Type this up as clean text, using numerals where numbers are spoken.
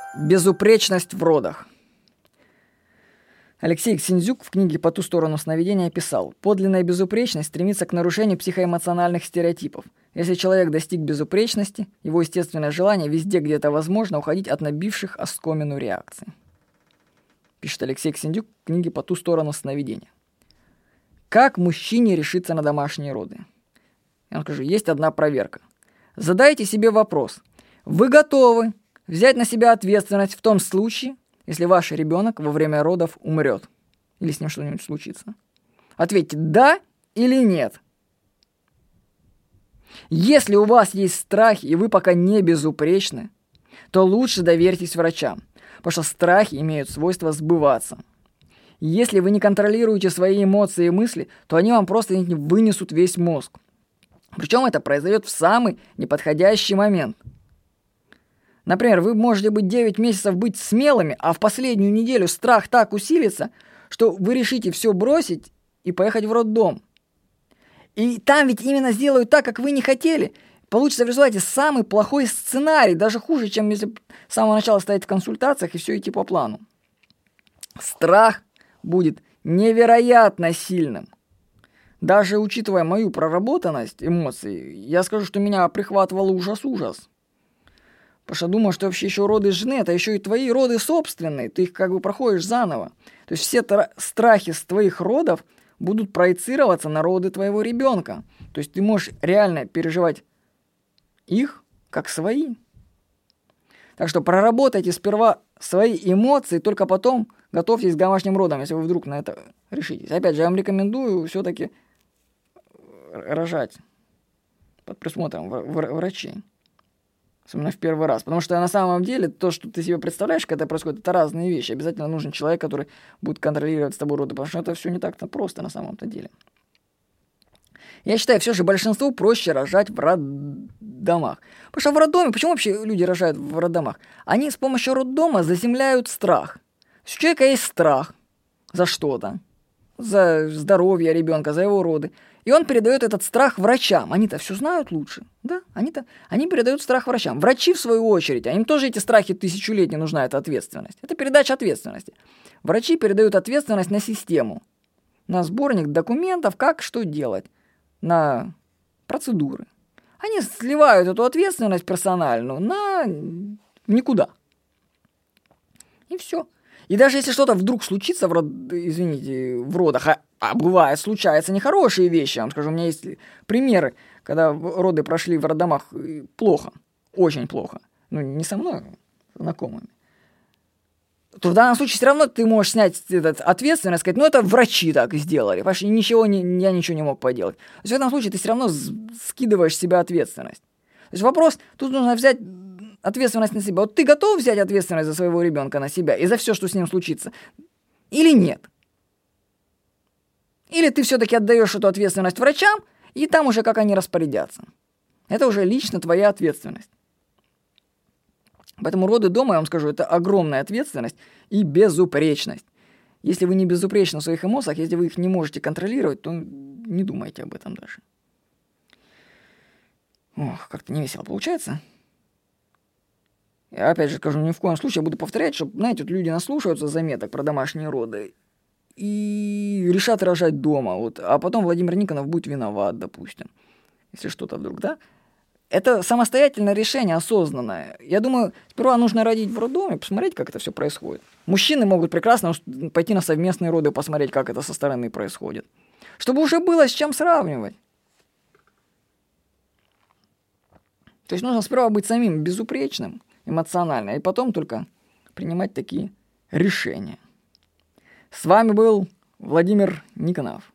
Безупречность в родах. Алексей Ксензюк в книге «По ту сторону сновидения» писал: «Подлинная безупречность стремится к нарушению психоэмоциональных стереотипов. Если человек достиг безупречности, его естественное желание везде, где это возможно, уходить от набивших оскомину реакций». Пишет Алексей Ксензюк в книге «По ту сторону сновидения». Как мужчине решиться на домашние роды? Я вам скажу, есть одна проверка. Задайте себе вопрос: вы готовы взять на себя ответственность в том случае, если ваш ребенок во время родов умрет или с ним что-нибудь случится? Ответьте «да» или «нет». Если у вас есть страхи и вы пока не безупречны, то лучше доверьтесь врачам, потому что страхи имеют свойство сбываться. Если вы не контролируете свои эмоции и мысли, то они вам просто вынесут весь мозг. Причем это произойдет в самый неподходящий момент. Например, вы можете быть 9 месяцев быть смелыми, а в последнюю неделю страх так усилится, что вы решите все бросить и поехать в роддом. И там ведь именно сделают так, как вы не хотели. Получится в результате самый плохой сценарий, даже хуже, чем если с самого начала стоять в консультациях и все идти по плану. Страх будет невероятно сильным. Даже учитывая мою проработанность эмоций, я скажу, что меня прихватывал ужас. Потому что думаю, что вообще еще роды жены, это еще и твои роды собственные, ты их как бы проходишь заново. То есть все страхи с твоих родов будут проецироваться на роды твоего ребенка. То есть ты можешь реально переживать их как свои. Так что проработайте сперва свои эмоции, только потом готовьтесь к домашним родам, если вы вдруг на это решитесь. Опять же, я вам рекомендую все-таки рожать под присмотром врачей. Особенно в первый раз. Потому что на самом деле то, что ты себе представляешь, когда это происходит, это разные вещи. Обязательно нужен человек, который будет контролировать с тобой роды, потому что это все не так-то просто на самом-то деле. Я считаю, все же большинству проще рожать в роддомах. Потому что в роддоме, почему вообще люди рожают в роддомах? Они с помощью роддома заземляют страх. У человека есть страх за что-то, за здоровье ребенка, за его роды. И он передает этот страх врачам. Они-то все знают лучше. Да? Они передают страх врачам. Врачи, в свою очередь, им тоже эти страхи тысячелетние нужна эта ответственность. Это передача ответственности. Врачи передают ответственность на систему, на сборник документов, как что делать, на процедуры. Они сливают эту ответственность персональную на никуда. И все. И даже если что-то вдруг случится в родах, а бывает, случаются нехорошие вещи, я вам скажу, у меня есть примеры, когда роды прошли в роддомах плохо, очень плохо, не со мной, а знакомыми, то в данном случае все равно ты можешь снять ответственность, сказать, это врачи так сделали, потому что я ничего не мог поделать. То есть в этом случае ты все равно скидываешь с себя ответственность. То есть вопрос, тут нужно взять ответственность на себя. Вот ты готов взять ответственность за своего ребенка на себя и за все, что с ним случится? Или нет? Или ты все-таки отдаешь эту ответственность врачам, и там уже как они распорядятся. Это уже лично твоя ответственность. Поэтому роды дома, я вам скажу, это огромная ответственность и безупречность. Если вы не безупречны в своих эмоциях, если вы их не можете контролировать, то не думайте об этом даже. Ох, как-то не весело получается. Я опять же скажу, ни в коем случае я буду повторять, чтобы, знаете, вот люди наслушаются заметок про домашние роды и решат рожать дома, а потом Владимир Никонов будет виноват, допустим, если что-то вдруг, да? Это самостоятельное решение, осознанное. Я думаю, сперва нужно родить в роддоме, посмотреть, как это все происходит. Мужчины могут прекрасно пойти на совместные роды, посмотреть, как это со стороны происходит. Чтобы уже было с чем сравнивать. То есть нужно сперва быть самим безупречным, эмоционально, и потом только принимать такие решения. С вами был Владимир Никонов.